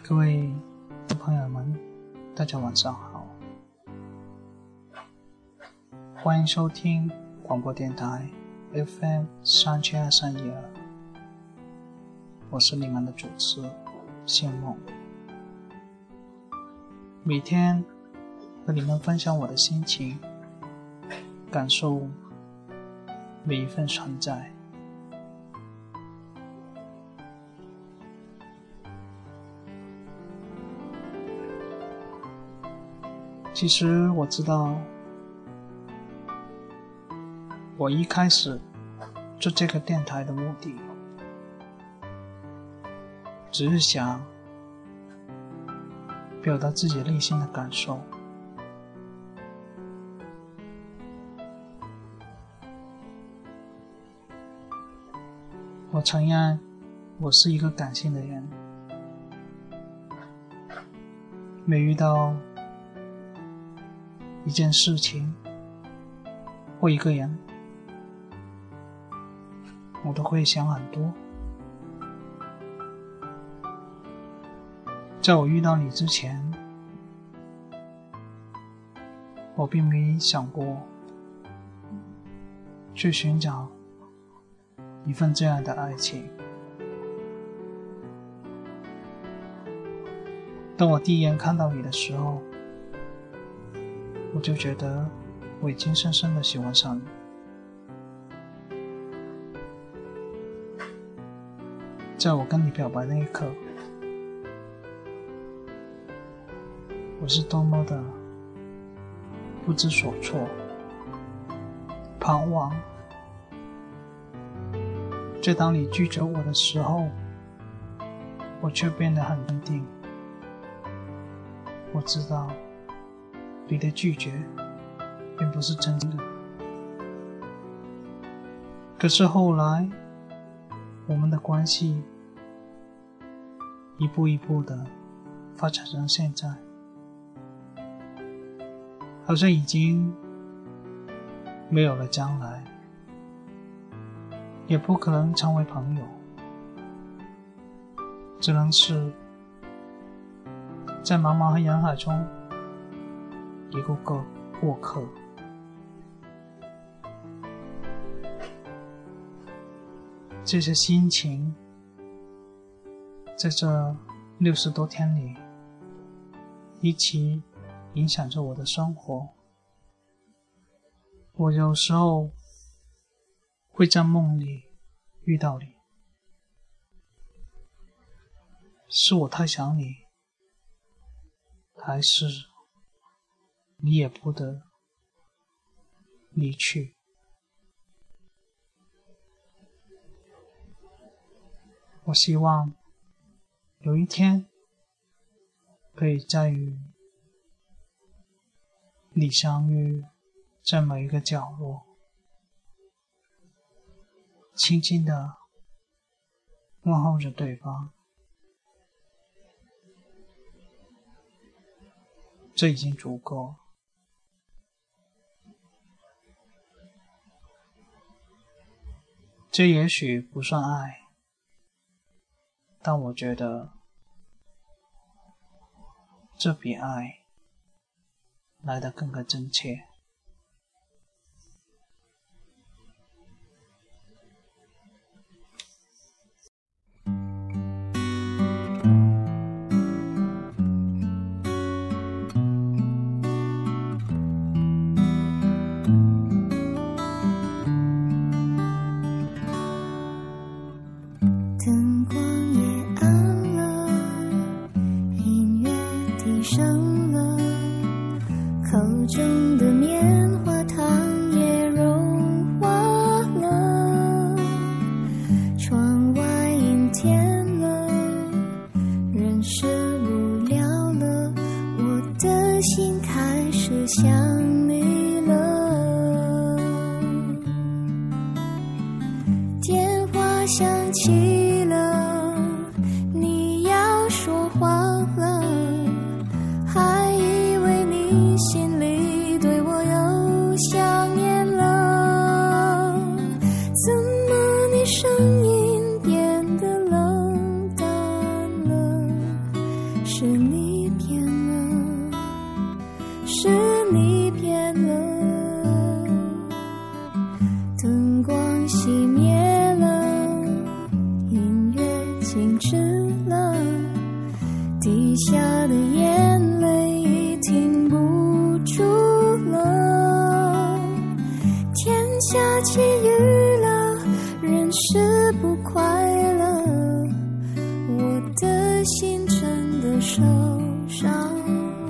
各位朋友们，大家晚上好，欢迎收听广播电台 FM 37231，我是你们的主持谢梦。每天和你们分享我的心情，感受每一份存在。其实我知道，我一开始做这个电台的目的，只是想表达自己内心的感受。我承认我是一个感性的人，每遇到一件事情或一个人，我都会想很多。在我遇到你之前，我并没想过去寻找一份这样的爱情。当我第一眼看到你的时候，我就觉得我已经深深地喜欢上你。在我跟你表白那一刻，我是多么的不知所措、彷徨。在当你拒绝我的时候，我却变得很镇定。我知道你的拒绝并不是真的，可是后来我们的关系一步一步的发展成现在，好像已经没有了将来，也不可能成为朋友，只能是在茫茫人海中一个个过客。这些心情在这60多天里一起影响着我的生活。我有时候会在梦里遇到你，是我太想你，还是你也不得离去？我希望有一天可以再与你相遇在某一个角落，轻轻地问候着对方。这已经足够了。这也许不算爱，但我觉得这比爱来得更真切。 灯光也暗了，音乐低声了，口中的棉花糖也融化了，窗外阴天了，人生无聊了，我的心开始想你了。电话响起了，你要说话了，还以为你心里对我有想念了，怎么你声音变得冷淡了， 下起雨了，人是不快乐，我的心真的受伤了。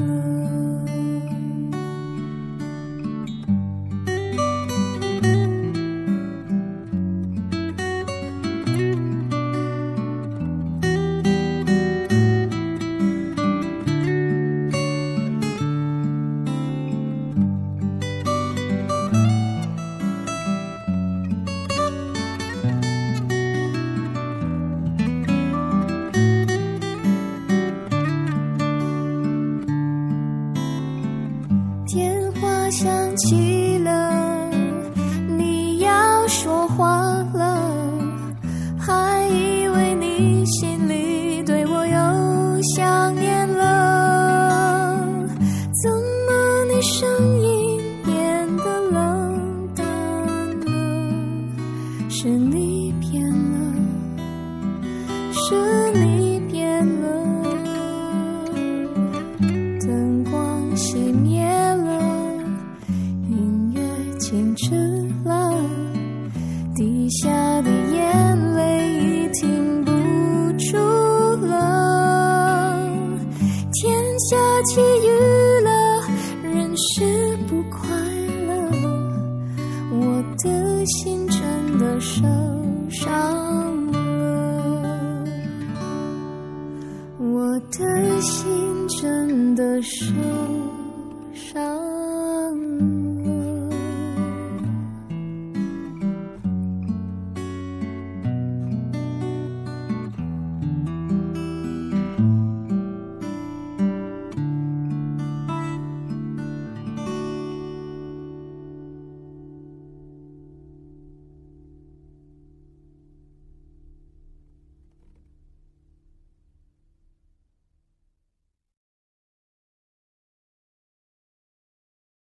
电话响起了，你要说话了，还以为你心里对我有想念了，怎么你声音变得冷淡了？是你变了，是你变了，灯光熄灭了，音乐静止了，滴下的眼泪已停不住了。天下起雨了，人是不快乐，我的心真的受伤了，我的心真的受